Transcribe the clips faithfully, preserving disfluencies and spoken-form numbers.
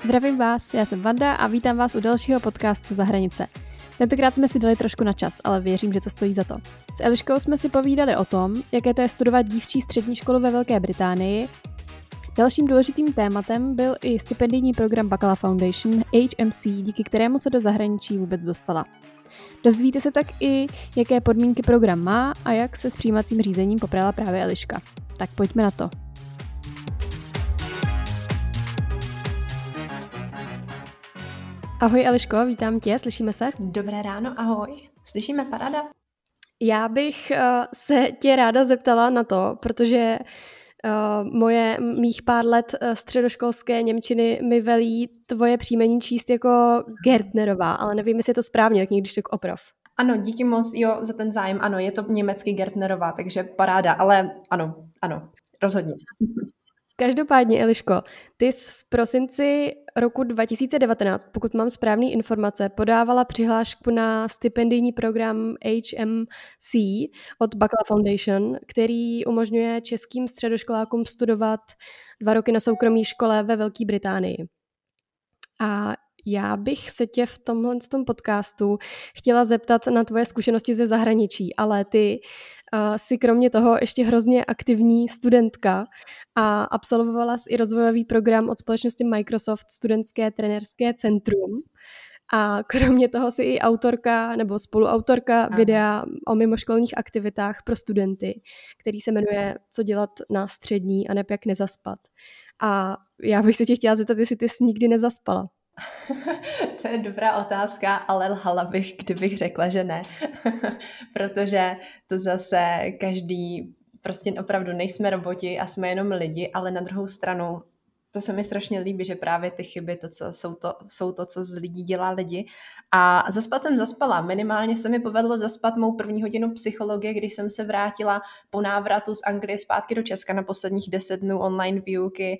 Zdravím vás, já jsem Vanda a vítám vás u dalšího podcastu Za hranice. Tentokrát jsme si dali trošku na čas, ale věřím, že to stojí za to. S Eliškou jsme si povídali o tom, jaké to je studovat dívčí střední školu ve Velké Británii. Dalším důležitým tématem byl i stipendijní program Bacala Foundation H M C, díky kterému se do zahraničí vůbec dostala. Dozvíte se tak i, jaké podmínky program má a jak se s přijímacím řízením poprala právě Eliška. Tak pojďme na to. Ahoj Eliško, vítám tě, slyšíme se? Dobré ráno, ahoj. Slyšíme, paráda? Já bych uh, se tě ráda zeptala na to, protože uh, moje mých pár let uh, středoškolské němčiny mi velí tvoje příjmení číst jako Gärtnerová, ale nevím, jestli je to správně, tak někdy tak oprav. Ano, díky moc jo, za ten zájem. Ano, je to německy Gärtnerová, takže paráda, ale ano, ano, rozhodně. Každopádně, Eliško, ty jsi v prosinci roku dva tisíce devatenáct, pokud mám správné informace, podávala přihlášku na stipendijní program H M C od Bacala Foundation, který umožňuje českým středoškolákům studovat dva roky na soukromé škole ve Velké Británii. A já bych se tě v tomhle tom podcastu chtěla zeptat na tvoje zkušenosti ze zahraničí, ale ty uh, jsi kromě toho ještě hrozně aktivní studentka a absolvovala jsi i rozvojový program od společnosti Microsoft Studentské trenérské centrum. A kromě toho jsi i autorka nebo spoluautorka Aha. videa o mimoškolních aktivitách pro studenty, který se jmenuje Co dělat na střední a neb jak nezaspat. A já bych se tě chtěla zeptat, jestli ty jsi nikdy nezaspala. To je dobrá otázka, ale lhala bych, kdybych řekla, že ne. Protože to zase každý, prostě opravdu nejsme roboti a jsme jenom lidi, ale na druhou stranu to se mi strašně líbí, že právě ty chyby to, co jsou, to, jsou to, co z lidí dělá lidi. A zaspat jsem zaspala. Minimálně se mi povedlo zaspat mou první hodinu psychologie, když jsem se vrátila po návratu z Anglie zpátky do Česka na posledních deset dnů online výuky.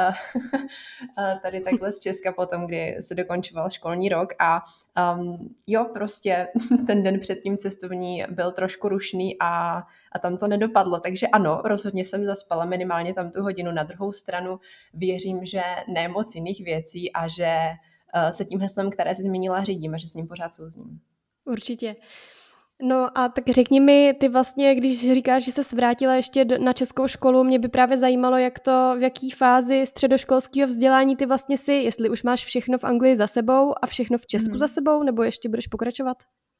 Tady takhle z Česka potom, kdy se dokončoval školní rok. A um, jo, prostě ten den před tím cestovní byl trošku rušný a, a tam to nedopadlo. Takže ano, rozhodně jsem zaspala minimálně tam tu hodinu. Na druhou stranu věřím, že ne moc jiných věcí a že uh, se tím heslem, které jsi zmínila, řídím a že s ním pořád souzním. Určitě. No a tak řekni mi, ty vlastně, když říkáš, že se vrátila ještě na českou školu, mě by právě zajímalo, jak to, v jaký fázi středoškolského vzdělání ty vlastně jsi, jestli už máš všechno v Anglii za sebou a všechno v Česku hmm. za sebou, nebo ještě budeš pokračovat?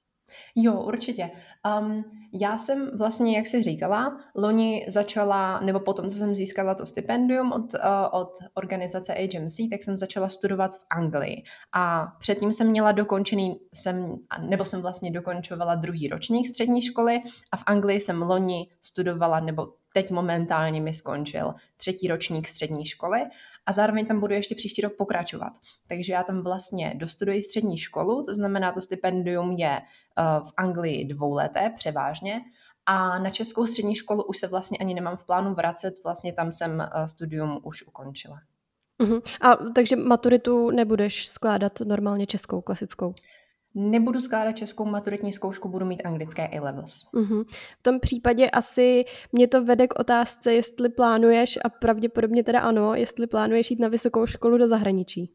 Jo, určitě. Um, já jsem vlastně, jak jsi říkala, loni začala, nebo potom, co jsem získala to stipendium od, uh, od organizace H M C, tak jsem začala studovat v Anglii. A předtím jsem měla dokončený, jsem, nebo jsem vlastně dokončovala druhý ročník střední školy a v Anglii jsem loni studovala, nebo teď momentálně mi skončil třetí ročník střední školy a zároveň tam budu ještě příští rok pokračovat. Takže já tam vlastně dostuduji střední školu, to znamená, to stipendium je uh, v Anglii dvouleté převážně a na českou střední školu už se vlastně ani nemám v plánu vracet, vlastně tam jsem uh, studium už ukončila. Uh-huh. A takže maturitu nebudeš skládat normálně českou, klasickou? Nebudu skládat českou maturitní zkoušku, budu mít anglické A-levels. Uh-huh. V tom případě asi mě to vede k otázce, jestli plánuješ, a pravděpodobně teda ano, jestli plánuješ jít na vysokou školu do zahraničí.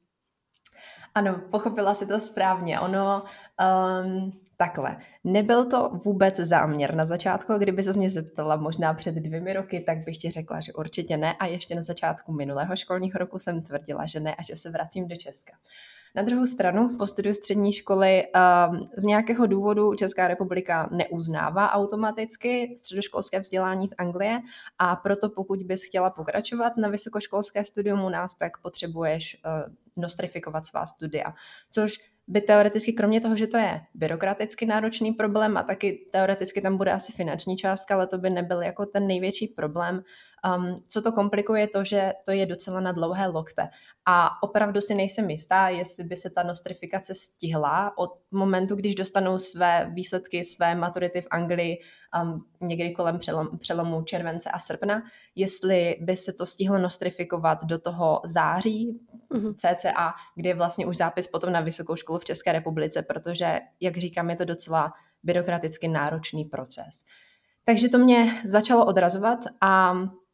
Ano, pochopila si to správně. Ono um, takhle. Nebyl to vůbec záměr na začátku, kdyby se mě zeptala možná před dvěmi roky, tak bych ti řekla, že určitě ne a ještě na začátku minulého školního roku jsem tvrdila, že ne a že se vracím do Česka. Na druhou stranu, po studiu střední školy um, z nějakého důvodu Česká republika neuznává automaticky středoškolské vzdělání z Anglie a proto pokud bys chtěla pokračovat na vysokoškolské studium u nás, tak potřebuješ uh, nostrifikovat svá studia, což by teoreticky, kromě toho, že to je byrokraticky náročný problém a taky teoreticky tam bude asi finanční částka, ale to by nebyl jako ten největší problém. Um, co to komplikuje je to, že to je docela na dlouhé lokte a opravdu si nejsem jistá, jestli by se ta nostrifikace stihla od momentu, když dostanou své výsledky, své maturity v Anglii um, někdy kolem přelom, přelomu července a srpna, jestli by se to stihlo nostrifikovat do toho září, mm-hmm. cca, kdy je vlastně už zápis potom na vysokou školu v České republice, protože, jak říkám, je to docela byrokraticky náročný proces. Takže to mě začalo odrazovat a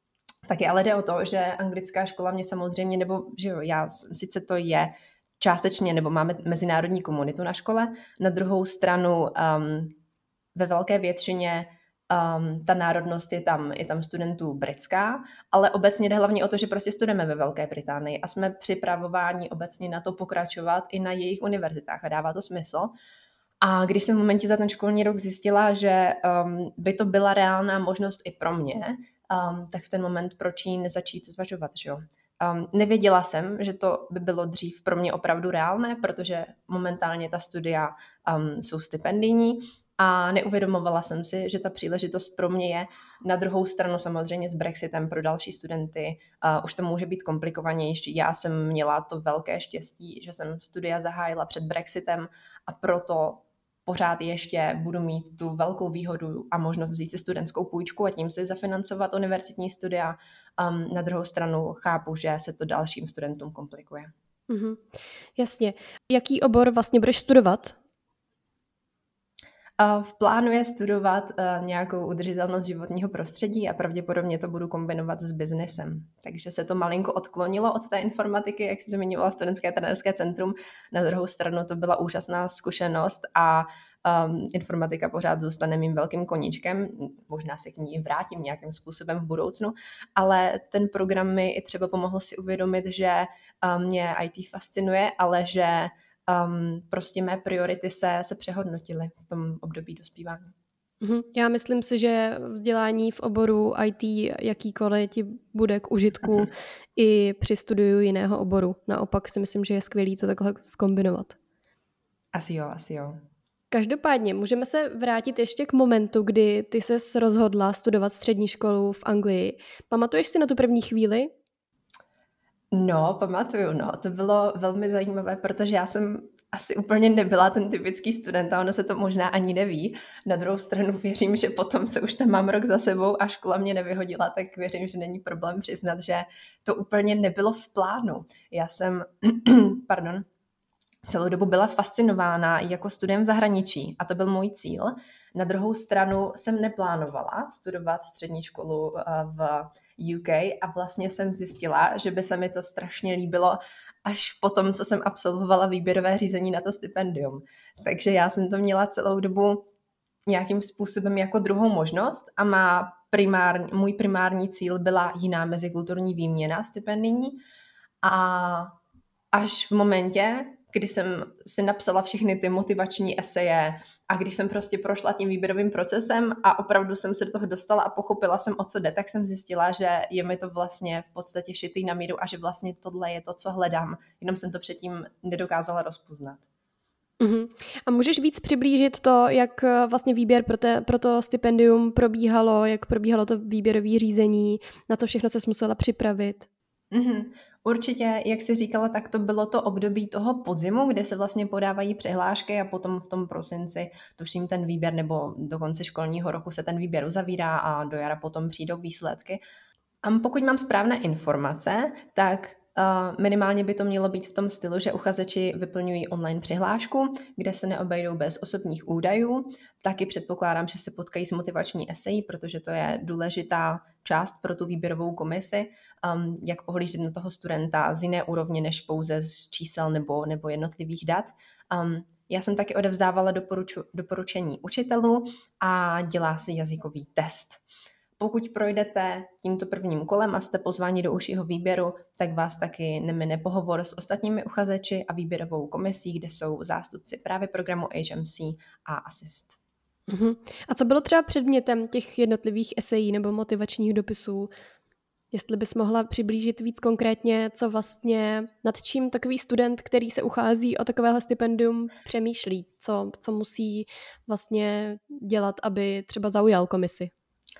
Taky ale jde o to, že anglická škola mě samozřejmě, nebo že jo, já sice to je částečně, nebo máme mezinárodní komunitu na škole, na druhou stranu um, ve velké většině um, ta národnost je tam, je tam studentů britská, ale obecně jde hlavně o to, že prostě studujeme ve Velké Británii a jsme připravováni obecně na to pokračovat i na jejich univerzitách a dává to smysl. A když jsem v momentě za ten školní rok zjistila, že um, by to byla reálná možnost i pro mě, um, tak v ten moment proč ji nezačít zvažovat, že jo? Um, nevěděla jsem, že to by bylo dřív pro mě opravdu reálné, protože momentálně ta studia um, jsou stipendijní a neuvědomovala jsem si, že ta příležitost pro mě je. Na druhou stranu samozřejmě s Brexitem pro další studenty uh, už to může být komplikovanější. Já jsem měla to velké štěstí, že jsem studia zahájila před Brexitem a proto pořád ještě budu mít tu velkou výhodu a možnost vzít si studentskou půjčku a tím si zafinancovat univerzitní studia. Um, na druhou stranu chápu, že se to dalším studentům komplikuje. Mhm. Jasně. Jaký obor vlastně budeš studovat? V plánu je studovat uh, nějakou udržitelnost životního prostředí a pravděpodobně to budu kombinovat s biznesem. Takže se to malinko odklonilo od té informatiky, jak jsi zmiňovala Studentské trenérské centrum. Na druhou stranu to byla úžasná zkušenost a um, informatika pořád zůstane mým velkým koníčkem. Možná se k ní vrátím nějakým způsobem v budoucnu, ale ten program mi i třeba pomohl si uvědomit, že um, mě í té fascinuje, ale že Um, prostě mé priority se, se přehodnotily v tom období dospívání. Mhm. Já myslím si, že vzdělání v oboru í té jakýkoliv ti bude k užitku i při studiu jiného oboru. Naopak si myslím, že je skvělý to takhle zkombinovat. Asi jo, asi jo. Každopádně můžeme se vrátit ještě k momentu, kdy ty ses rozhodla studovat střední školu v Anglii. Pamatuješ si na tu první chvíli? No, pamatuju, no. To bylo velmi zajímavé, protože já jsem asi úplně nebyla ten typický student a ono se to možná ani neví. Na druhou stranu věřím, že potom, co už tam mám rok za sebou a škola mě nevyhodila, tak věřím, že není problém přiznat, že to úplně nebylo v plánu. Já jsem, pardon, celou dobu byla fascinována jako studiem v zahraničí a to byl můj cíl. Na druhou stranu jsem neplánovala studovat střední školu v U K a vlastně jsem zjistila, že by se mi to strašně líbilo až po tom, co jsem absolvovala výběrové řízení na to stipendium. Takže já jsem to měla celou dobu nějakým způsobem jako druhou možnost a má primární, můj primární cíl byla jiná mezikulturní výměna stipendijní a až v momentě, kdy jsem si napsala všechny ty motivační eseje a když jsem prostě prošla tím výběrovým procesem a opravdu jsem se do toho dostala a pochopila jsem, o co jde, tak jsem zjistila, že je mi to vlastně v podstatě šitý na míru a že vlastně tohle je to, co hledám. Jenom jsem to předtím nedokázala rozpoznat. Uh-huh. A můžeš víc přiblížit to, jak vlastně výběr pro, te, pro to stipendium probíhalo, jak probíhalo to výběrové řízení, na co všechno ses musela připravit? Mm-hmm. Určitě, jak jsi říkala, tak to bylo to období toho podzimu, kde se vlastně podávají přihlášky a potom v tom prosinci, tuším ten výběr, nebo do konce školního roku se ten výběr uzavírá a do jara potom přijdou výsledky. A pokud mám správné informace, tak Uh, minimálně by to mělo být v tom stylu, že uchazeči vyplňují online přihlášku, kde se neobejdou bez osobních údajů. Taky předpokládám, že se potkají s motivační esejí, protože to je důležitá část pro tu výběrovou komisi, um, jak pohlížet na toho studenta z jiné úrovně než pouze z čísel nebo, nebo jednotlivých dat. Um, já jsem taky odevzdávala doporuču, doporučení učitelů a dělá si jazykový test. Pokud projdete tímto prvním kolem a jste pozváni do užšího výběru, tak vás taky nemine pohovor s ostatními uchazeči a výběrovou komisí, kde jsou zástupci právě programu H M C a Assist. Uh-huh. A co bylo třeba předmětem těch jednotlivých esejí nebo motivačních dopisů? Jestli bys mohla přiblížit víc konkrétně, co vlastně, nad čím takový student, který se uchází o takovéhle stipendium, přemýšlí, co, co musí vlastně dělat, aby třeba zaujal komisi?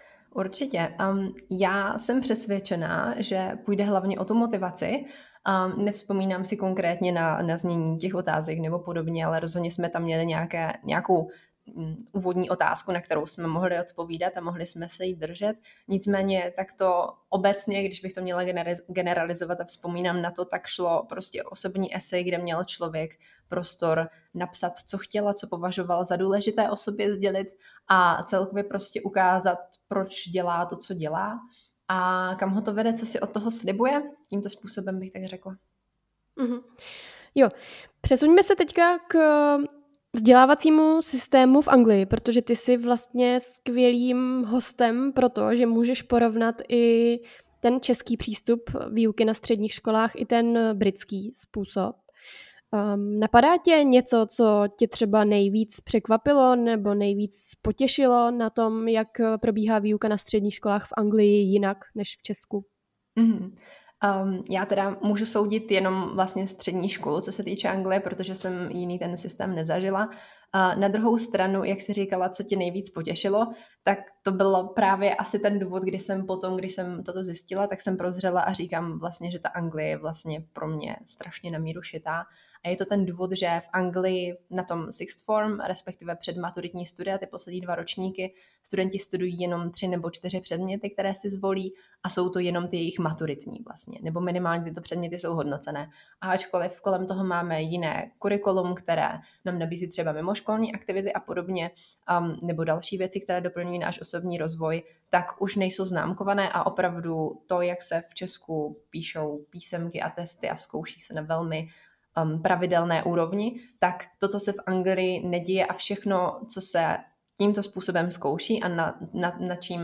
Určitě. Um, já jsem přesvědčená, že půjde hlavně o tu motivaci. Um, nevzpomínám si konkrétně na, na znění těch otázek nebo podobně, ale rozhodně jsme tam měli nějaké, nějakou um, úvodní otázku, na kterou jsme mohli odpovídat a mohli jsme se jí držet. Nicméně tak to obecně, když bych to měla generalizovat a vzpomínám na to, tak šlo prostě o osobní esej, kde měl člověk prostor napsat, co chtěla, co považoval za důležité o sobě sdělit a celkově prostě ukázat, proč dělá to, co dělá. a kam ho to vede, co si od toho slibuje. Tímto způsobem bych tak řekla. Mm-hmm. Jo, přesuňme se teďka k vzdělávacímu systému v Anglii, protože ty jsi vlastně skvělým hostem pro to, že můžeš porovnat i ten český přístup výuky na středních školách i ten britský způsob. Um, napadá tě něco, co tě třeba nejvíc překvapilo nebo nejvíc potěšilo na tom, jak probíhá výuka na středních školách v Anglii jinak než v Česku? Mm-hmm. Um, já teda můžu soudit jenom vlastně střední školu, co se týče Anglie, protože jsem jiný ten systém nezažila. Uh, na druhou stranu, jak jsi říkala, co tě nejvíc potěšilo, tak to bylo právě asi ten důvod, kdy jsem potom, když jsem toto zjistila, tak jsem prozřela a říkám vlastně, že ta Anglie je vlastně pro mě strašně na míru šitá. A je to ten důvod, že v Anglii na tom sixth form, respektive předmaturitní studia, ty poslední dva ročníky, studenti studují jenom tři nebo čtyři předměty, které si zvolí a jsou to jenom ty jejich maturitní vlastně, nebo minimálně tyto předměty jsou hodnocené. A ačkoliv kolem toho máme jiné kurikulum, které nám nabízí třeba mimoškolní aktivity a podobně, um, nebo další věci, které doplňují náš osobní rozvoj, tak už nejsou známkované a opravdu to, jak se v Česku píšou písemky a testy a zkouší se na velmi um, pravidelné úrovni, tak toto se v Anglii neděje a všechno, co se tímto způsobem zkouší a na, na, na čím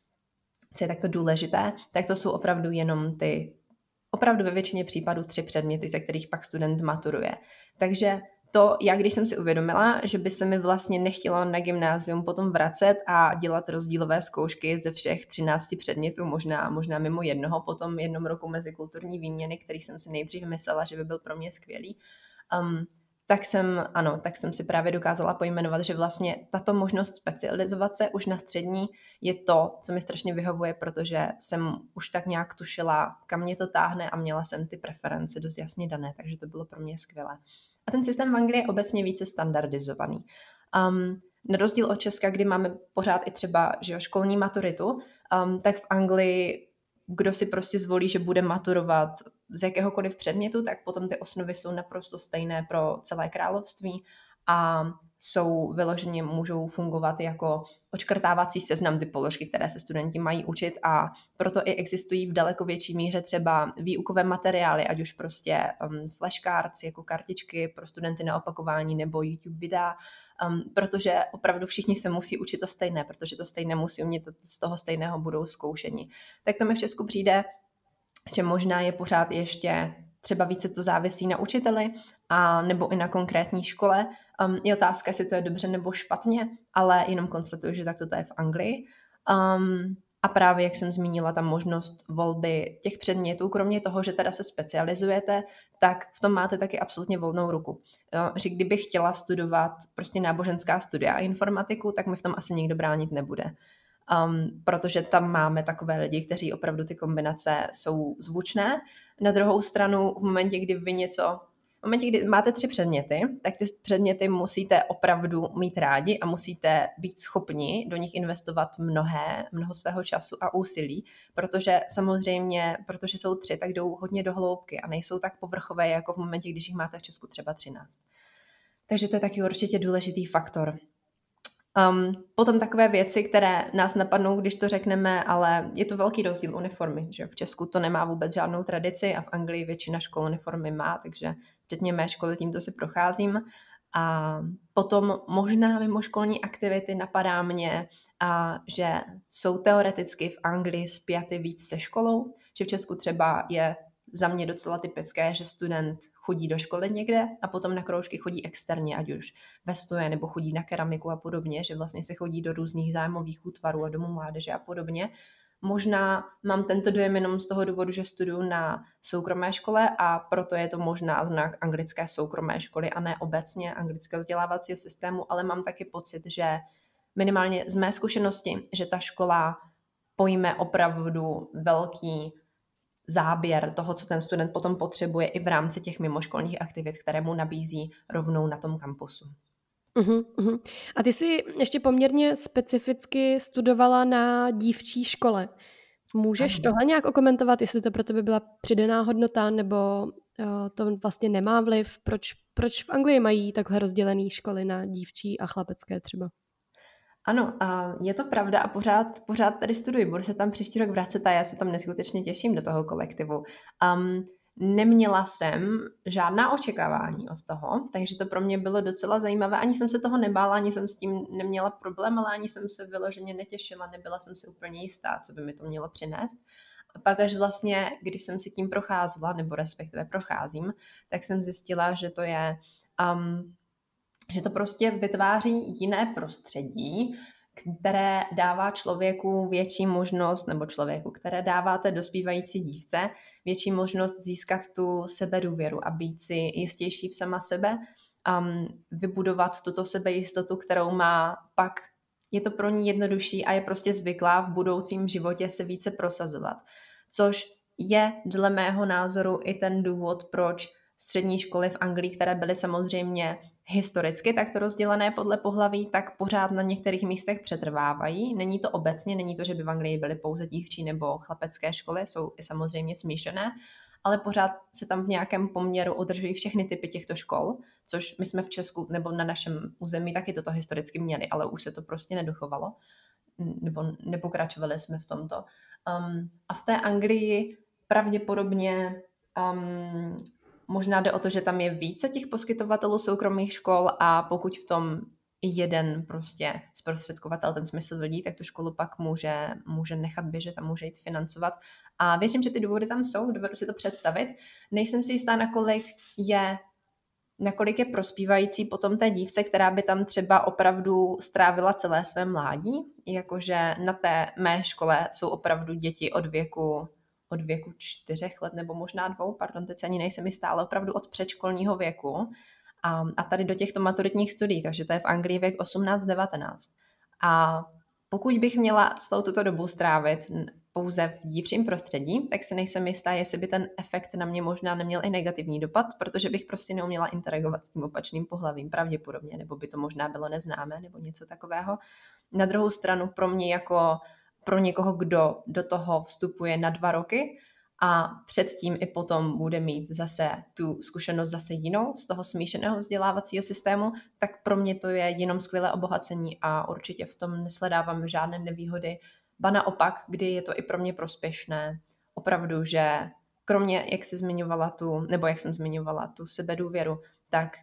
co je takto důležité, tak to jsou opravdu jenom ty, opravdu ve většině případů tři předměty, ze kterých pak student maturuje. Takže to, já když jsem si uvědomila, že by se mi vlastně nechtělo na gymnázium potom vracet a dělat rozdílové zkoušky ze všech třinácti předmětů, možná, možná mimo jednoho, potom jednom roku mezikulturní výměny, který jsem si nejdřív myslela, že by byl pro mě skvělý, um, tak jsem, ano, tak jsem si právě dokázala pojmenovat, že vlastně tato možnost specializovat se už na střední je to, co mi strašně vyhovuje, protože jsem už tak nějak tušila, kam mě to táhne a měla jsem ty preference dost jasně dané, takže to bylo pro mě skvělé. A ten systém v Anglii je obecně více standardizovaný. Um, na rozdíl od Česka, kdy máme pořád i třeba že jo, školní maturitu, um, tak v Anglii kdo si prostě zvolí, že bude maturovat z jakéhokoliv předmětu, tak potom ty osnovy jsou naprosto stejné pro celé království a jsou vyloženě, můžou fungovat jako odškrtávací seznam, ty položky, které se studenti mají učit a proto i existují v daleko větší míře třeba výukové materiály, ať už prostě um, flashcards jako kartičky pro studenty na opakování nebo YouTube videa, um, protože opravdu všichni se musí učit to stejné, protože to stejné musí umět, z toho stejného budou zkoušeni. Tak to mi v Česku přijde, že možná je pořád ještě třeba více to závisí na učiteli a nebo i na konkrétní škole. Um, je otázka, jestli to je dobře nebo špatně, ale jenom konstatuju, že tak to je v Anglii. Um, a právě, jak jsem zmínila, ta možnost volby těch předmětů, kromě toho, že teda se specializujete, tak v tom máte taky absolutně volnou ruku. Jo, že kdybych chtěla studovat prostě náboženská studia a informatiku, tak mi v tom asi nikdo bránit nebude. Um, protože tam máme takové lidi, kteří opravdu ty kombinace jsou zvučné. Na druhou stranu, v momentě, kdy vy něco, v momentě, kdy máte tři předměty, tak ty předměty musíte opravdu mít rádi a musíte být schopni do nich investovat mnohé, mnoho svého času a úsilí, protože samozřejmě, protože jsou tři, tak jdou hodně do hloubky a nejsou tak povrchové, jako v momentě, když jich máte v Česku třeba třináct. Takže to je taky určitě důležitý faktor. Um, potom takové věci, které nás napadnou, když to řekneme, ale je to velký rozdíl uniformy, že v Česku to nemá vůbec žádnou tradici a v Anglii většina škol uniformy má, takže včetně mé školy tímto si procházím. A potom možná mimoškolní aktivity napadá mě, a že jsou teoreticky v Anglii spjaty víc se školou, že v Česku třeba je za mě docela typické, že student chodí do školy někde a potom na kroužky chodí externě, ať už vestuje nebo chodí na keramiku a podobně, že vlastně se chodí do různých zájmových útvarů a domů mládeže a podobně. Možná mám tento dojem jenom z toho důvodu, že studuju na soukromé škole a proto je to možná znak anglické soukromé školy a ne obecně anglického vzdělávacího systému, ale mám taky pocit, že minimálně z mé zkušenosti, že ta škola pojme opravdu velký záběr toho, co ten student potom potřebuje i v rámci těch mimoškolních aktivit, které mu nabízí rovnou na tom kampusu. Uhum, uhum. A ty jsi ještě poměrně specificky studovala na dívčí škole. Můžeš Ano. tohle nějak okomentovat, jestli to pro tebe byla přidaná hodnota, nebo uh, to vlastně nemá vliv? Proč, proč v Anglii mají takhle rozdělené školy na dívčí a chlapecké třeba? Ano, a je to pravda a pořád, pořád tady studuji, budu se tam příští rok vracet a já se tam neskutečně těším do toho kolektivu. Um, neměla jsem žádná očekávání od toho, takže to pro mě bylo docela zajímavé. Ani jsem se toho nebála, ani jsem s tím neměla problém, ale ani jsem se vyloženě netěšila, nebyla jsem si úplně jistá, co by mi to mělo přinést. A pak až vlastně, když jsem si tím procházela, nebo respektive procházím, tak jsem zjistila, že to je... Um, že to prostě vytváří jiné prostředí, které dává člověku větší možnost, nebo člověku, které dává té dospívající dívce větší možnost získat tu sebedůvěru a být si jistější v sama sebe, um, vybudovat tuto sebejistotu, kterou má pak. Je to pro ní jednodušší a je prostě zvyklá v budoucím životě se více prosazovat. Což je dle mého názoru i ten důvod, proč střední školy v Anglii, které byly samozřejmě historicky takto rozdělené podle pohlaví, tak pořád na některých místech přetrvávají. Není to obecně, není to, že by v Anglii byly pouze dívčí nebo chlapecké školy, jsou i samozřejmě smíšené, ale pořád se tam v nějakém poměru udržují všechny typy těchto škol, což my jsme v Česku nebo na našem území taky toto historicky měli, ale už se to prostě nedochovalo, nebo nepokračovali jsme v tomto. Um, a v té Anglii pravděpodobně um, možná jde o to, že tam je více těch poskytovatelů soukromých škol a pokud v tom jeden prostě zprostředkovatel ten smysl vidí, tak tu školu pak může, může nechat běžet a může jít financovat. A věřím, že ty důvody tam jsou, dovedu si to představit. Nejsem si jistá, nakolik je, nakolik je prospívající potom té dívce, která by tam třeba opravdu strávila celé své mládí, jakože na té mé škole jsou opravdu děti od věku od věku čtyřech let nebo možná dvou, pardon, teď ani nejsem jistá, ale opravdu od předškolního věku a, a tady do těchto maturitních studií, takže to je v Anglii věk osmnáct devatenáct. A pokud bych měla celou tuto dobu strávit pouze v dívčím prostředí, tak si nejsem jistá, jestli by ten efekt na mě možná neměl i negativní dopad, protože bych prostě neuměla interagovat s tím opačným pohlavím pravděpodobně, nebo by to možná bylo neznámé, nebo něco takového. Na druhou stranu pro mě jako pro někoho, kdo do toho vstupuje na dva roky a předtím i potom bude mít zase tu zkušenost zase jinou z toho smíšeného vzdělávacího systému, tak pro mě to je jenom skvělé obohacení a určitě v tom nesledávám žádné nevýhody. Ba naopak, kdy je to i pro mě prospěšné. Opravdu, že kromě, jak jsi zmiňovala tu, nebo jak jsem zmiňovala tu sebedůvěru, tak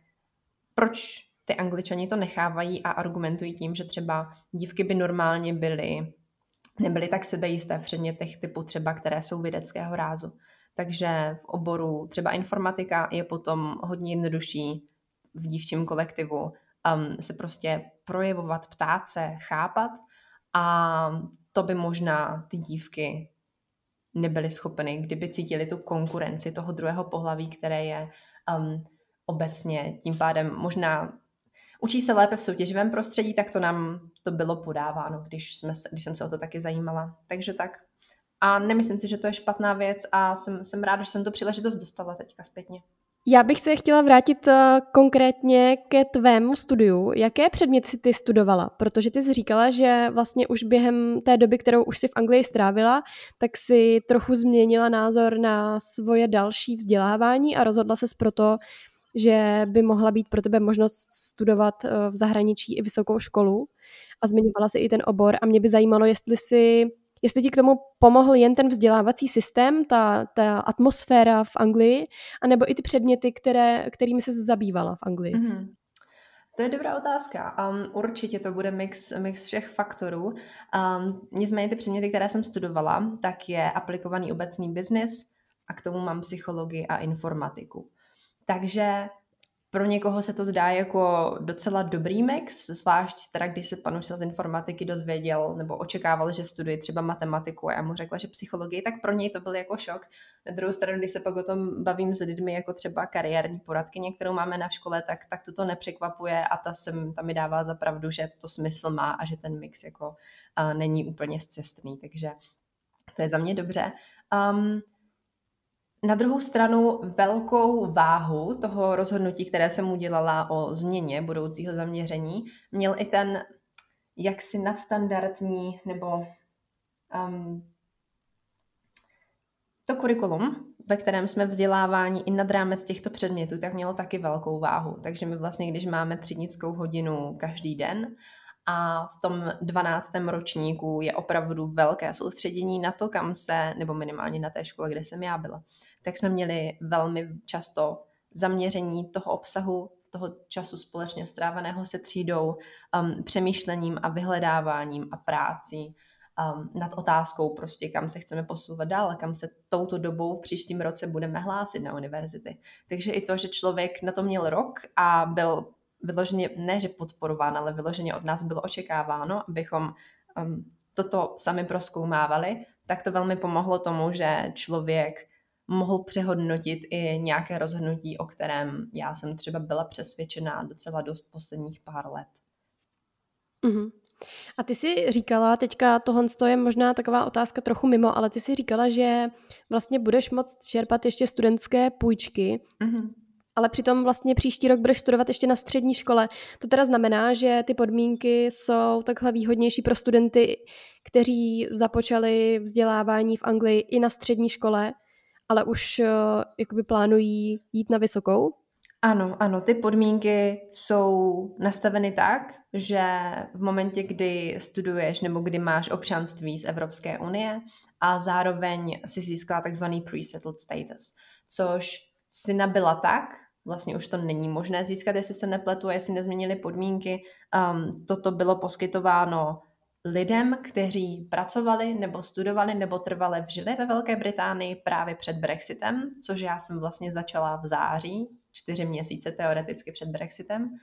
proč ty Angličani to nechávají a argumentují tím, že třeba dívky by normálně byly nebyly tak sebejisté v předmětech typu třeba, které jsou vědeckého rázu. Takže v oboru třeba informatika je potom hodně jednodušší v dívčím kolektivu um, se prostě projevovat, ptát se, chápat a to by možná ty dívky nebyly schopny, kdyby cítili tu konkurenci toho druhého pohlaví, které je um, obecně tím pádem možná učí se lépe v soutěživém prostředí, tak to nám to bylo podáváno, když, jsme se, když jsem se o to taky zajímala. Takže tak. A nemyslím si, že to je špatná věc a jsem, jsem ráda, že jsem tu příležitost dostala teďka zpětně. Já bych se chtěla vrátit uh, konkrétně ke tvému studiu. Jaké předměty jsi ty studovala? Protože ty jsi říkala, že vlastně už během té doby, kterou už si v Anglii strávila, tak si trochu změnila názor na svoje další vzdělávání a rozhodla ses proto, že by mohla být pro tebe možnost studovat v zahraničí i vysokou školu a zmiňovala si i ten obor a mě by zajímalo, jestli si, jestli ti k tomu pomohl jen ten vzdělávací systém, ta, ta atmosféra v Anglii, anebo i ty předměty, které, kterými se zabývala v Anglii. Mm-hmm. To je dobrá otázka. Um, určitě to bude mix, mix všech faktorů. Um, nicméně ty předměty, které jsem studovala, tak je aplikovaný obecný biznis a k tomu mám psychologii a informatiku. Takže pro někoho se to zdá jako docela dobrý mix, zvlášť teda, když se pan učitel z informatiky dozvěděl nebo očekával, že studuje třeba matematiku a já mu řekla, že psychologii, tak pro něj to byl jako šok. Na druhou stranu, když se pak o tom bavím s lidmi, jako třeba kariérní poradkyně, kterou máme na škole, tak, tak to to nepřekvapuje a ta, sem, ta mi dává za pravdu, že to smysl má a že ten mix jako uh, není úplně zcestný, takže to je za mě dobře. Um, Na druhou stranu velkou váhu toho rozhodnutí, které jsem udělala o změně budoucího zaměření, měl i ten jaksi nadstandardní nebo um, to kurikulum, ve kterém jsme vzdělávání i nad rámec těchto předmětů, tak mělo taky velkou váhu. Takže my vlastně, když máme třídnickou hodinu každý den a v tom dvanáctém ročníku je opravdu velké soustředění na to, kam se, nebo minimálně na té škole, kde jsem já byla, tak jsme měli velmi často zaměření toho obsahu, toho času společně stráveného se třídou, um, přemýšlením a vyhledáváním a prácí um, nad otázkou prostě, kam se chceme posouvat dál, kam se touto dobou v příštím roce budeme hlásit na univerzity. Takže i to, že člověk na to měl rok a byl vyloženě, ne že podporován, ale vyloženě od nás bylo očekáváno, abychom um, toto sami prozkoumávali, tak to velmi pomohlo tomu, že člověk mohl přehodnotit i nějaké rozhodnutí, o kterém já jsem třeba byla přesvědčená docela dost posledních pár let. Mm-hmm. A ty jsi říkala, teďka tohle je možná taková otázka trochu mimo, ale ty jsi říkala, že vlastně budeš moct čerpat ještě studentské půjčky, mm-hmm. ale přitom vlastně příští rok budeš studovat ještě na střední škole. To teda znamená, že ty podmínky jsou takhle výhodnější pro studenty, kteří započali vzdělávání v Anglii i na střední škole, ale už uh, jakoby plánují jít na vysokou? Ano, ano, ty podmínky jsou nastaveny tak, že v momentě, kdy studuješ nebo kdy máš občanství z Evropské unie a zároveň si získala takzvaný pre-settled status, což si nabyla tak, vlastně už to není možné získat, jestli se nepletu a jestli nezměnili podmínky. Um, toto bylo poskytováno lidem, kteří pracovali nebo studovali nebo trvale žili ve Velké Británii právě před Brexitem, což já jsem vlastně začala v září, čtyři měsíce teoreticky před Brexitem,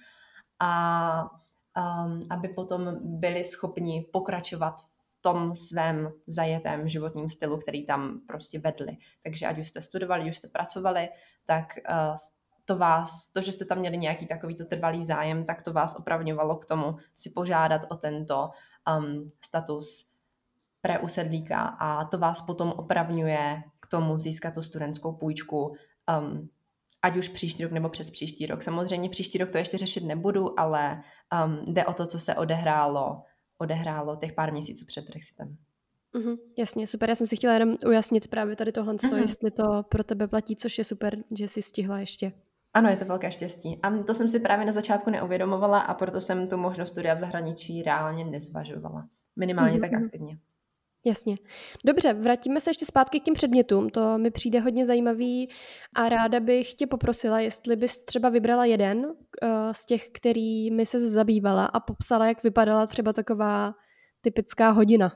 a um, aby potom byli schopni pokračovat v tom svém zajetém životním stylu, který tam prostě vedli. Takže ať už jste studovali, ať už jste pracovali, tak uh, to vás, to, že jste tam měli nějaký takovýto trvalý zájem, tak to vás opravňovalo k tomu si požádat o tento um, status preusedlíka a to vás potom opravňuje k tomu získat tu studentskou půjčku, um, ať už příští rok nebo přes příští rok. Samozřejmě příští rok to ještě řešit nebudu, ale um, jde o to, co se odehrálo, odehrálo těch pár měsíců před Brexitem. Mm-hmm, jasně, super. Já jsem si chtěla jenom ujasnit právě tady tohle, mm-hmm. jestli to pro tebe platí, což je super, že jsi stihla ještě. Ano, je to velké štěstí. A to jsem si právě na začátku neuvědomovala a proto jsem tu možnost studia v zahraničí reálně nezvažovala. Minimálně mm-hmm. tak aktivně. Jasně. Dobře, vrátíme se ještě zpátky k těm předmětům. To mi přijde hodně zajímavý a ráda bych tě poprosila, jestli bys třeba vybrala jeden uh, z těch, kterými se zabývala a popsala, jak vypadala třeba taková typická hodina.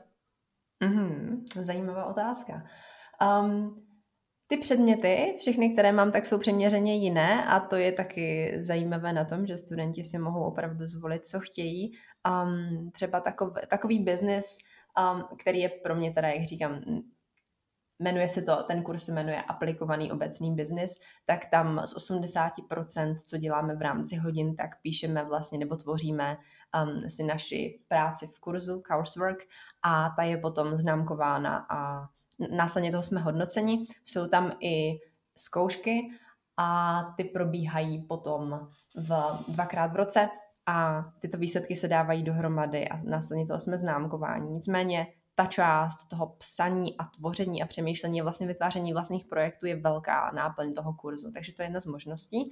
Mm-hmm, zajímavá otázka. Um, ty předměty, všechny, které mám, tak jsou přiměřeně jiné a to je taky zajímavé na tom, že studenti si mohou opravdu zvolit, co chtějí. Um, třeba takov, takový biznis, um, který je pro mě teda, jak říkám, jmenuje se to, ten kurz se jmenuje aplikovaný obecný biznis, tak tam z osmdesát procent, co děláme v rámci hodin, tak píšeme vlastně nebo tvoříme um, si naši práci v kurzu, coursework, a ta je potom známkována a následně toho jsme hodnoceni. Jsou tam i zkoušky a ty probíhají potom v, dvakrát v roce a tyto výsledky se dávají dohromady a následně toho jsme známkováni. Nicméně ta část toho psaní a tvoření a přemýšlení a vlastně vytváření vlastních projektů je velká náplň toho kurzu, takže to je jedna z možností.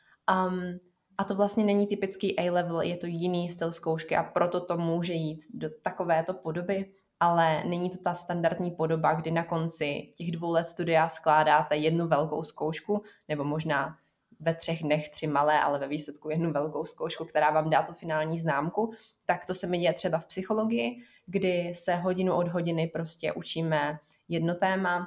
Um, a to vlastně není typický A-level, je to jiný styl zkoušky a proto to může jít do takovéto podoby, ale není to ta standardní podoba, kdy na konci těch dvou let studia skládáte jednu velkou zkoušku, nebo možná ve třech dnech tři malé, ale ve výsledku jednu velkou zkoušku, která vám dá tu finální známku. Tak to se mi děje třeba v psychologii, kdy se hodinu od hodiny prostě učíme jedno téma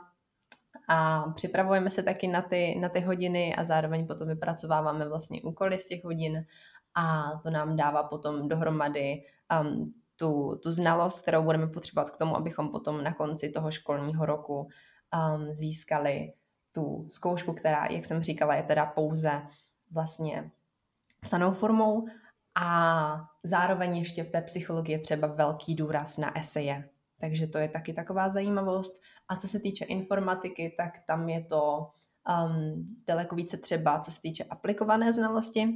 a připravujeme se taky na ty, na ty hodiny a zároveň potom vypracováváme vlastně úkoly z těch hodin a to nám dává potom dohromady um, tu, tu znalost, kterou budeme potřebovat k tomu, abychom potom na konci toho školního roku um, získali tu zkoušku, která, jak jsem říkala, je teda pouze vlastně psanou formou a zároveň ještě v té psychologii třeba velký důraz na eseje. Takže to je taky taková zajímavost. A co se týče informatiky, tak tam je to um, daleko více třeba, co se týče aplikované znalosti.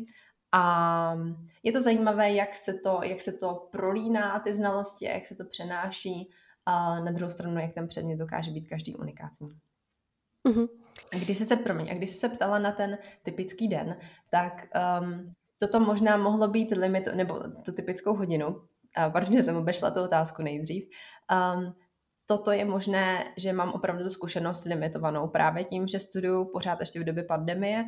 A je to zajímavé, jak se to, jak se to prolíná, ty znalosti, jak se to přenáší. A na druhou stranu, jak ten předmět dokáže být každý unikátní. Mm-hmm. A když jsi se, promiň, a když jsi se ptala na ten typický den, tak um, toto možná mohlo být limit, nebo tu typickou hodinu, uh, protože jsem obešla tu otázku nejdřív. Um, toto je možné, že mám opravdu tu zkušenost limitovanou právě tím, že studuju pořád ještě v době pandemie.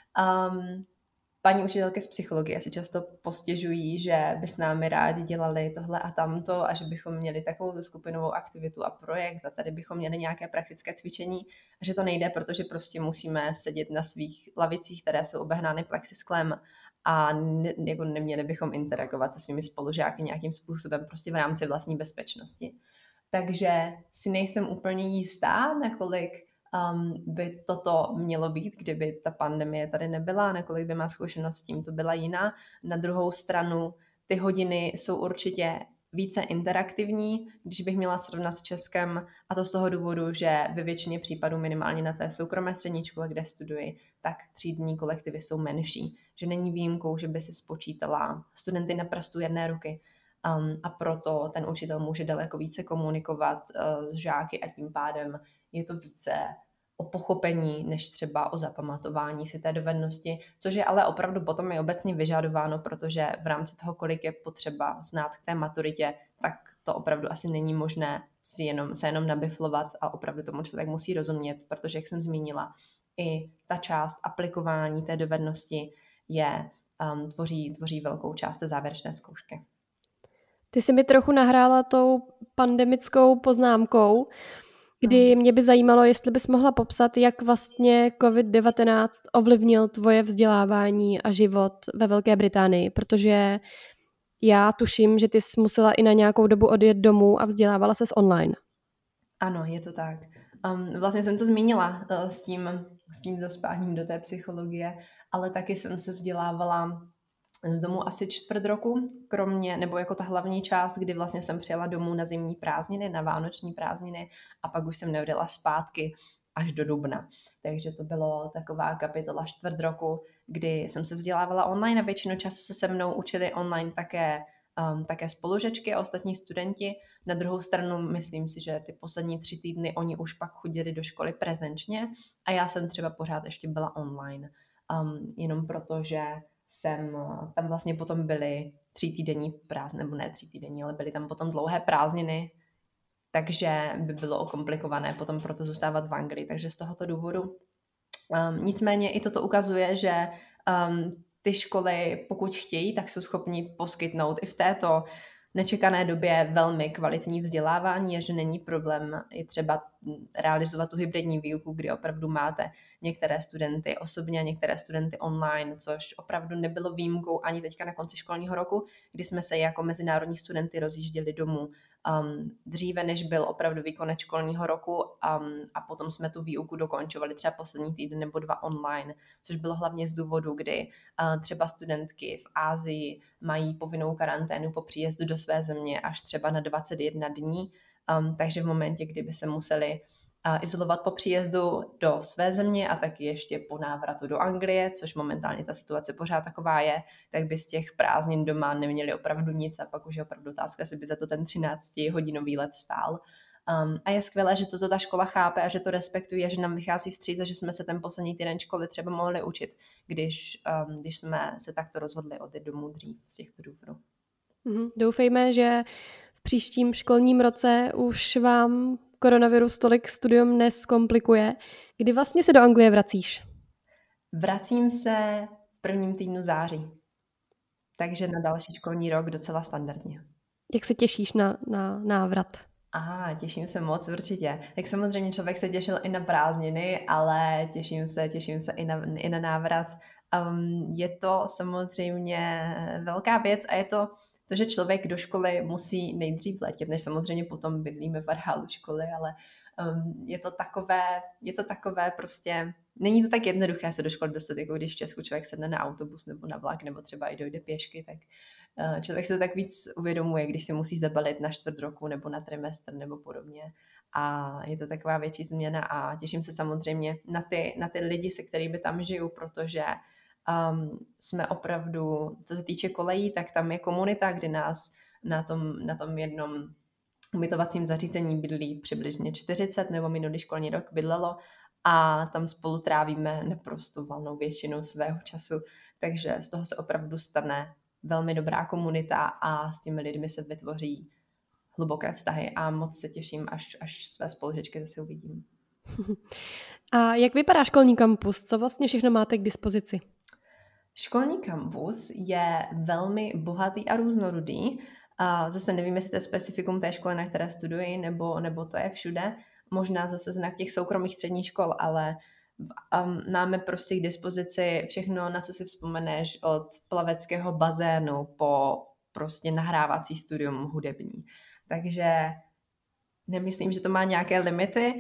Um, Paní učitelky z psychologie si často postěžují, že by s námi rádi dělali tohle a tamto a že bychom měli takovou skupinovou aktivitu a projekt a tady bychom měli nějaké praktické cvičení a že to nejde, protože prostě musíme sedět na svých lavicích, které jsou obehnány plexisklem a ne, jako neměli bychom interagovat se svými spolužáky nějakým způsobem prostě v rámci vlastní bezpečnosti. Takže si nejsem úplně jistá, nakolik um, by toto mělo být, kdyby ta pandemie tady nebyla, nakolik by má zkušenost s tím to byla jiná. Na druhou stranu ty hodiny jsou určitě více interaktivní, když bych měla srovnat s Českem, a to z toho důvodu, že ve většině případů minimálně na té soukromé střední škole, kde studuji, tak třídní kolektivy jsou menší. Že není výjimkou, že by si spočítala studenty na prstu jedné ruky. Um, a proto ten učitel může daleko více komunikovat uh, s žáky a tím pádem je to více o pochopení, než třeba o zapamatování si té dovednosti, což je ale opravdu potom i obecně vyžadováno, protože v rámci toho, kolik je potřeba znát k té maturitě, tak to opravdu asi není možné si jenom, se jenom nabiflovat a opravdu tomu člověk musí rozumět, protože, jak jsem zmínila, i ta část aplikování té dovednosti je, um, tvoří, tvoří velkou část té závěrečné zkoušky. Ty jsi mi trochu nahrála tou pandemickou poznámkou, kdy mě by zajímalo, jestli bys mohla popsat, jak vlastně covid devatenáct ovlivnil tvoje vzdělávání a život ve Velké Británii, protože já tuším, že ty jsi musela i na nějakou dobu odjet domů a vzdělávala ses online. Ano, je to tak. Um, vlastně jsem to zmínila uh, s tím, s tím zaspáním do té psychologie, ale taky jsem se vzdělávala z domu asi čtvrt roku, kromě, nebo jako ta hlavní část, kdy vlastně jsem přijela domů na zimní prázdniny, na vánoční prázdniny a pak už jsem neodjela zpátky až do dubna. Takže to bylo taková kapitola čtvrt roku, kdy jsem se vzdělávala online a většinu času se se mnou učili online také Um, také spolužečky a ostatní studenti. Na druhou stranu myslím si, že ty poslední tři týdny oni už pak chodili do školy prezenčně a já jsem třeba pořád ještě byla online. Um, jenom proto, že jsem, tam vlastně potom byly tří týdenní prázdniny, nebo ne tří týdenní, ale byly tam potom dlouhé prázdniny, takže by bylo komplikované potom proto zůstávat v Anglii. Takže z tohoto důvodu. Um, nicméně i toto ukazuje, že um, ty školy, pokud chtějí, tak jsou schopni poskytnout i v této nečekané době velmi kvalitní vzdělávání a že není problém i třeba realizovat tu hybridní výuku, kdy opravdu máte některé studenty osobně a některé studenty online, což opravdu nebylo výjimkou ani teďka na konci školního roku, kdy jsme se jako mezinárodní studenty rozjížděli domů um, dříve, než byl opravdový konec školního roku um, a potom jsme tu výuku dokončovali třeba poslední týden nebo dva online, což bylo hlavně z důvodu, kdy uh, třeba studentky v Asii mají povinnou karanténu po příjezdu do své země až třeba na dvacet jedna dní, um, takže v momentě, kdyby se museli uh, izolovat po příjezdu do své země a taky ještě po návratu do Anglie, což momentálně ta situace pořád taková je, tak by z těch prázdnin doma neměli opravdu nic a pak už je opravdu otázka, jestli by za to ten třináctihodinový let stál. Um, a je skvělé, že toto ta škola chápe a že to respektuje, že nám vychází vstříc a že jsme se ten poslední týden školy třeba mohli učit, když, um, když jsme se takto rozhodli odjet domů dřív z těchto důvodů. Mm-hmm. Doufejme, že v příštím školním roce už vám koronavirus tolik studium nezkomplikuje. Kdy vlastně se do Anglie vracíš? Vracím se v prvním týdnu září. Takže na další školní rok docela standardně. Jak se těšíš na, na návrat? Aha, těším se moc určitě. Tak samozřejmě člověk se těšil i na prázdniny, ale těším se, těším se i na, i na návrat. Um, je to samozřejmě velká věc a je to to, že člověk do školy musí nejdřív letět, než samozřejmě potom bydlíme v areálu školy, ale um, je to takové, je to takové prostě, není to tak jednoduché se do školy dostat, jako když v Česku člověk sedne na autobus nebo na vlak, nebo třeba i dojde pěšky, tak uh, člověk se to tak víc uvědomuje, když si musí zabalit na čtvrt roku nebo na trimestr nebo podobně. A je to taková větší změna a těším se samozřejmě na ty, na ty lidi, se kterými tam žiju, protože Um, jsme opravdu, co se týče kolejí, tak tam je komunita, kdy nás na tom, na tom jednom ubytovacím zařízení bydlí přibližně čtyřicet, nebo minulý školní rok bydlelo a tam spolu trávíme naprosto valnou většinu svého času, takže z toho se opravdu stane velmi dobrá komunita a s těmi lidmi se vytvoří hluboké vztahy a moc se těším, až, až své spolužečky zase uvidím. A jak vypadá školní kampus? Co vlastně všechno máte k dispozici? Školní kampus je velmi bohatý a různorodý. A zase nevím, jestli to je specifikum té školy, na které studuji, nebo, nebo to je všude. Možná zase znak těch soukromých středních škol, ale um, máme prostě k dispozici všechno, na co si vzpomeneš, od plaveckého bazénu po prostě nahrávací studium hudební. Takže nemyslím, že to má nějaké limity,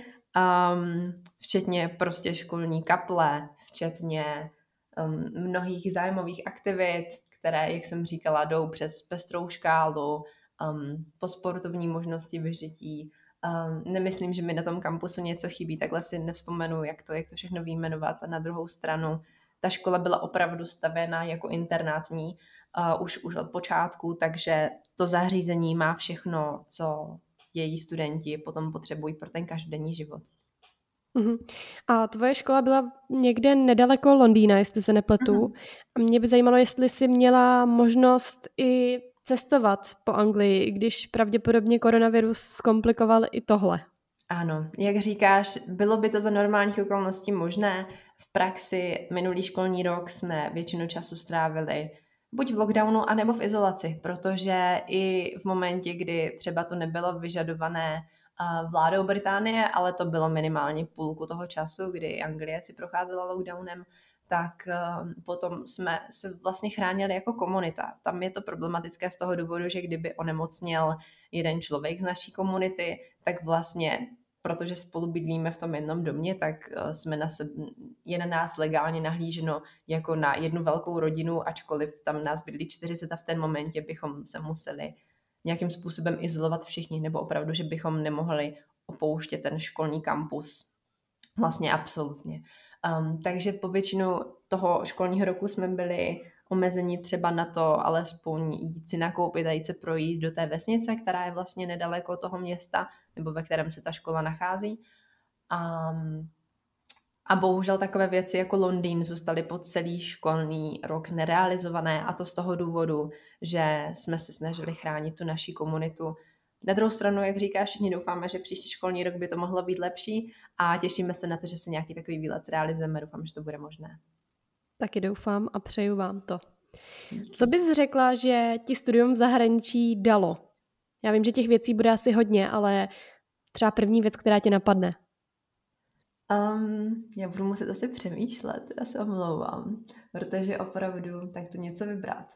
um, včetně prostě školní kaple, včetně um, mnohých zájmových aktivit, které, jak jsem říkala, jdou přes pestrou škálu, um, po sportovní možnosti vyžití. Um, nemyslím, že mi na tom kampusu něco chybí, takhle si nevzpomenu, jak to, jak to všechno vyjmenovat. A na druhou stranu, ta škola byla opravdu stavěna jako internátní uh, už, už od počátku, takže to zařízení má všechno, co její studenti potom potřebují pro ten každodenní život. Uh-huh. A tvoje škola byla někde nedaleko Londýna, jestli se nepletu. Uh-huh. Mě by zajímalo, jestli jsi měla možnost i cestovat po Anglii, když pravděpodobně koronavirus zkomplikoval i tohle. Ano, jak říkáš, bylo by to za normálních okolností možné. V praxi minulý školní rok jsme většinu času strávili buď v lockdownu, anebo v izolaci, protože i v momentě, kdy třeba to nebylo vyžadované vládou Británie, ale to bylo minimálně půlku toho času, kdy Anglie si procházela lockdownem, tak potom jsme se vlastně chránili jako komunita. Tam je to problematické z toho důvodu, že kdyby onemocněl jeden člověk z naší komunity, tak vlastně, protože spolu bydlíme v tom jednom domě, tak jsme na sebe, je na nás legálně nahlíženo jako na jednu velkou rodinu, ačkoliv tam nás bydlí čtyřicet a v ten momentě bychom se museli nějakým způsobem izolovat všichni, nebo opravdu, že bychom nemohli opouštět ten školní kampus. Vlastně absolutně. Um, takže po většinu toho školního roku jsme byli omezení třeba na to alespoň jít si nakoupit a jít se projít do té vesnice, která je vlastně nedaleko toho města, nebo ve kterém se ta škola nachází. Um, a bohužel takové věci jako Londýn zůstaly po celý školní rok nerealizované, a to z toho důvodu, že jsme se snažili chránit tu naši komunitu. Na druhou stranu, jak říkáš, všichni doufáme, že příští školní rok by to mohlo být lepší a těšíme se na to, že se nějaký takový výlet realizujeme. Doufám, že to bude možné. Taky doufám a přeju vám to. Co bys řekla, že ti studium v zahraničí dalo? Já vím, že těch věcí bude asi hodně, ale třeba první věc, která tě napadne. Um, já budu muset asi přemýšlet, já se omlouvám, protože opravdu tak to něco vybrat.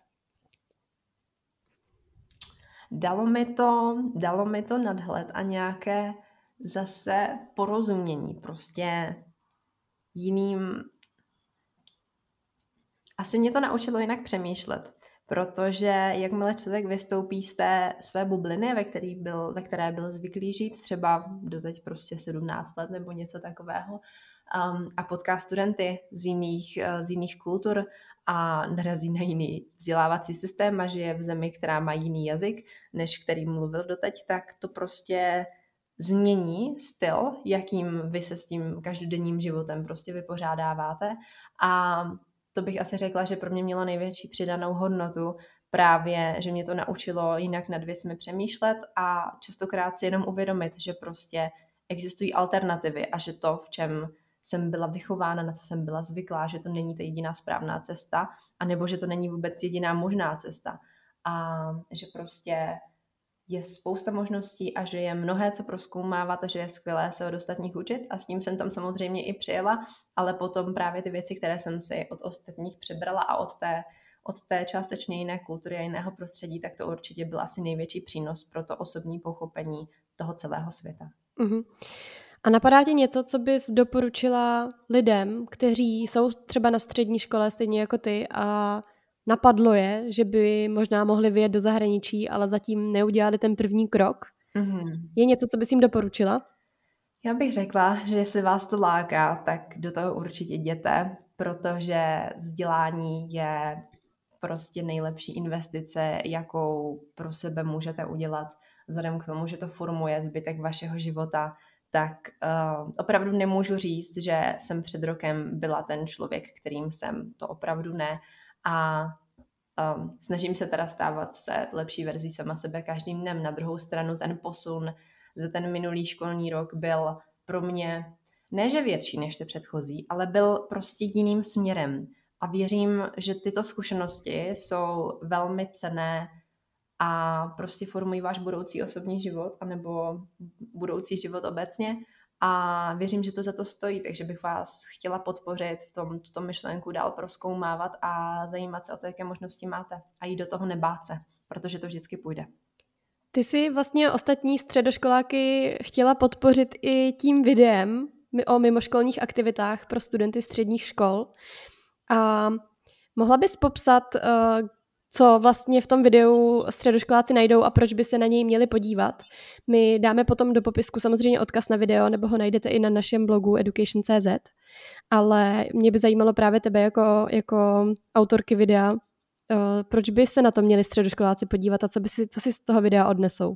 Dalo mi to, dalo mi to nadhled a nějaké zase porozumění prostě jiným. Asi mě to naučilo jinak přemýšlet, protože jakmile člověk vystoupí z té své bubliny, ve, který byl, ve které byl zvyklý žít, třeba doteď prostě sedmnáct let nebo něco takového, um, a potká studenty z jiných, z jiných kultur a narazí na jiný vzdělávací systém a žije v zemi, která má jiný jazyk, než který mluvil doteď, tak to prostě změní styl, jakým vy se s tím každodenním životem prostě vypořádáváte. A to bych asi řekla, že pro mě mělo největší přidanou hodnotu právě, že mě to naučilo jinak nad věcmi přemýšlet a častokrát si jenom uvědomit, že prostě existují alternativy a že to, v čem jsem byla vychována, na co jsem byla zvyklá, že to není ta jediná správná cesta, anebo že to není vůbec jediná možná cesta. A že prostě je spousta možností a že je mnohé, co prozkoumávat a že je skvělé se od ostatních učit a s tím jsem tam samozřejmě i přijela, ale potom právě ty věci, které jsem si od ostatních přebrala a od té, od té částečně jiné kultury a jiného prostředí, tak to určitě byl asi největší přínos pro to osobní pochopení toho celého světa. Uh-huh. A napadá ti něco, co bys doporučila lidem, kteří jsou třeba na střední škole stejně jako ty a napadlo je, že by možná mohli vyjet do zahraničí, ale zatím neudělali ten první krok? Mm-hmm. Je něco, co bys jim doporučila? Já bych řekla, že jestli vás to láká, tak do toho určitě jděte, protože vzdělání je prostě nejlepší investice, jakou pro sebe můžete udělat, vzhledem k tomu, že to formuje zbytek vašeho života. Tak uh, opravdu nemůžu říct, že jsem před rokem byla ten člověk, kterým jsem, to opravdu ne. A um, snažím se teda stávat se lepší verzí sama sebe každým dnem. Na druhou stranu ten posun za ten minulý školní rok byl pro mě ne, že větší než ty předchozí, ale byl prostě jiným směrem. A věřím, že tyto zkušenosti jsou velmi cenné a prostě formují váš budoucí osobní život anebo budoucí život obecně. A věřím, že to za to stojí, takže bych vás chtěla podpořit v tom, tuto myšlenku dál prozkoumávat a zajímat se o to, jaké možnosti máte. A jít do toho nebát se, protože to vždycky půjde. Ty jsi vlastně ostatní středoškoláky chtěla podpořit i tím videem o mimoškolních aktivitách pro studenty středních škol. A mohla bys popsat, co vlastně v tom videu středoškoláci najdou a proč by se na něj měli podívat? My dáme potom do popisku samozřejmě odkaz na video, nebo ho najdete i na našem blogu education tečka cé zet, ale mě by zajímalo právě tebe jako, jako autorky videa, proč by se na to měli středoškoláci podívat a co, by si, co si z toho videa odnesou?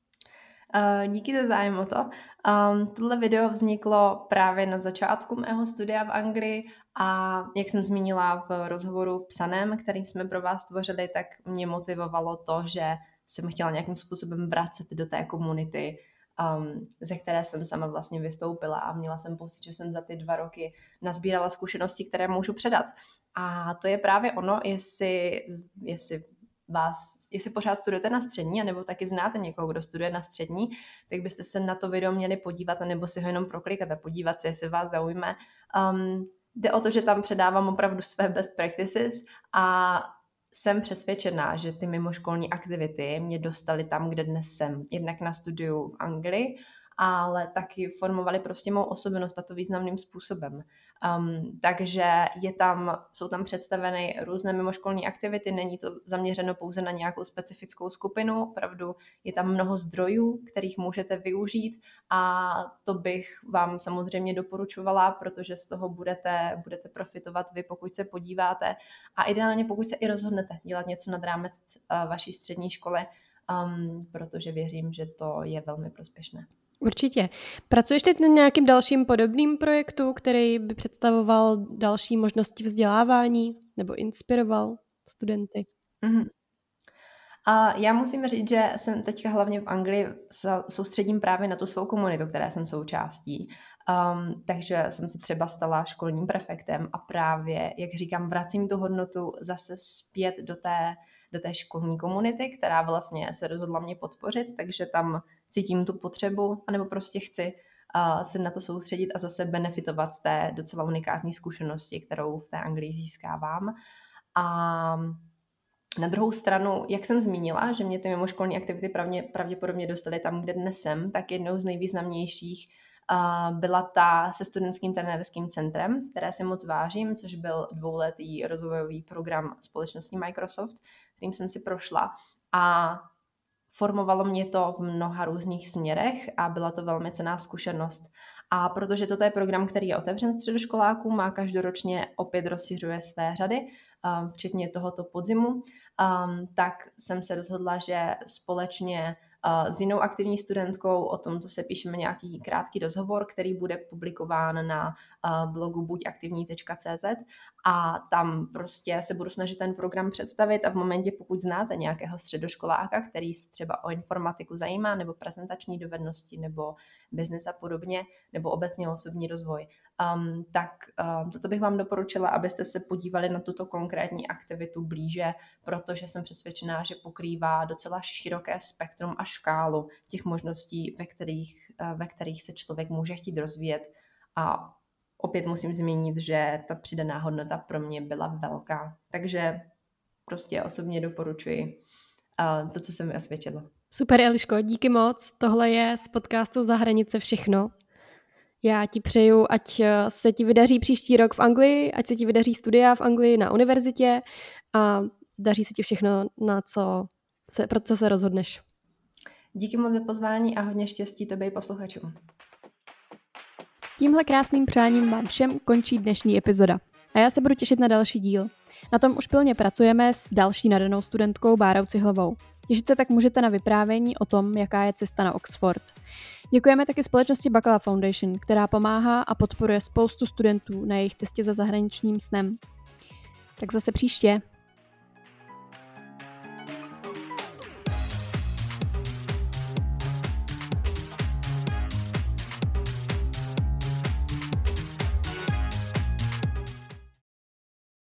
Uh, díky za zájem o to. Um, tohle video vzniklo právě na začátku mého studia v Anglii a jak jsem zmínila v rozhovoru psaném, který jsme pro vás tvořili, tak mě motivovalo to, že jsem chtěla nějakým způsobem vracet do té komunity, um, ze které jsem sama vlastně vystoupila a měla jsem pocit, že jsem za ty dva roky nazbírala zkušenosti, které můžu předat. A to je právě ono, jestli, jestli vás, jestli pořád studujete na střední, anebo taky znáte někoho, kdo studuje na střední, tak byste se na to video měli podívat, anebo si ho jenom proklikat a podívat se, jestli vás zaujme. Um, jde o to, že tam předávám opravdu své best practices a jsem přesvědčená, že ty mimoškolní aktivity mě dostaly tam, kde dnes jsem. Jednak na studiu v Anglii, ale taky formovali prostě mou osobnost a to významným způsobem. Um, takže je tam, jsou tam představeny různé mimoškolní aktivity, není to zaměřeno pouze na nějakou specifickou skupinu, opravdu je tam mnoho zdrojů, kterých můžete využít a to bych vám samozřejmě doporučovala, protože z toho budete, budete profitovat vy, pokud se podíváte a ideálně pokud se i rozhodnete dělat něco nad rámec uh, vaší střední školy, um, protože věřím, že to je velmi prospěšné. Určitě. Pracuješ teď na nějakým dalším podobným projektu, který by představoval další možnosti vzdělávání nebo inspiroval studenty? Mm-hmm. A já musím říct, že jsem teďka hlavně v Anglii soustředím právě na tu svou komunitu, které jsem součástí. Um, takže jsem se třeba stala školním prefektem a právě, jak říkám, vracím tu hodnotu zase zpět do té, do té školní komunity, která vlastně se rozhodla mě podpořit, takže tam cítím tu potřebu, anebo prostě chci uh, se na to soustředit a zase benefitovat z té docela unikátní zkušenosti, kterou v té Anglii získávám. A na druhou stranu, jak jsem zmínila, že mě ty mimoškolní aktivity pravdě, pravděpodobně dostaly tam, kde dnes jsem, tak jednou z nejvýznamnějších uh, byla ta se studentským trenérským centrem, které si moc vážím, což byl dvouletý rozvojový program společnosti Microsoft, kterým jsem si prošla a formovalo mě to v mnoha různých směrech a byla to velmi cenná zkušenost. A protože toto je program, který je otevřen středoškolákům a každoročně opět rozšiřuje své řady, včetně tohoto podzimu, tak jsem se rozhodla, že společně s jinou aktivní studentkou o tomto se píšeme nějaký krátký rozhovor, který bude publikován na blogu buď aktivní tečka cé zet a tam prostě se budu snažit ten program představit a v momentě, pokud znáte nějakého středoškoláka, který se třeba o informatiku zajímá, nebo prezentační dovednosti, nebo biznes a podobně, nebo obecně osobní rozvoj, um, tak um, toto bych vám doporučila, abyste se podívali na tuto konkrétní aktivitu blíže, protože jsem přesvědčená, že pokrývá docela široké spektrum a škálu těch možností, ve kterých, ve kterých se člověk může chtít rozvíjet. A opět musím zmínit, že ta přidaná hodnota pro mě byla velká. Takže prostě osobně doporučuji to, co se mi osvědčilo. Super, Eliško, díky moc. Tohle je z podcastu Za hranice všechno. Já ti přeju, ať se ti vydaří příští rok v Anglii, ať se ti vydaří studia v Anglii na univerzitě a daří se ti všechno, na co se, pro co se rozhodneš. Díky moc za pozvání a hodně štěstí tobě i posluchačům. Tímhle krásným přáním vám všem končí dnešní epizoda. A já se budu těšit na další díl. Na tom už pilně pracujeme s další nadanou studentkou Bárou Cihlovou. Těšit se tak můžete na vyprávění o tom, jaká je cesta na Oxford. Děkujeme taky společnosti Bacala Foundation, která pomáhá a podporuje spoustu studentů na jejich cestě za zahraničním snem. Tak zase příště.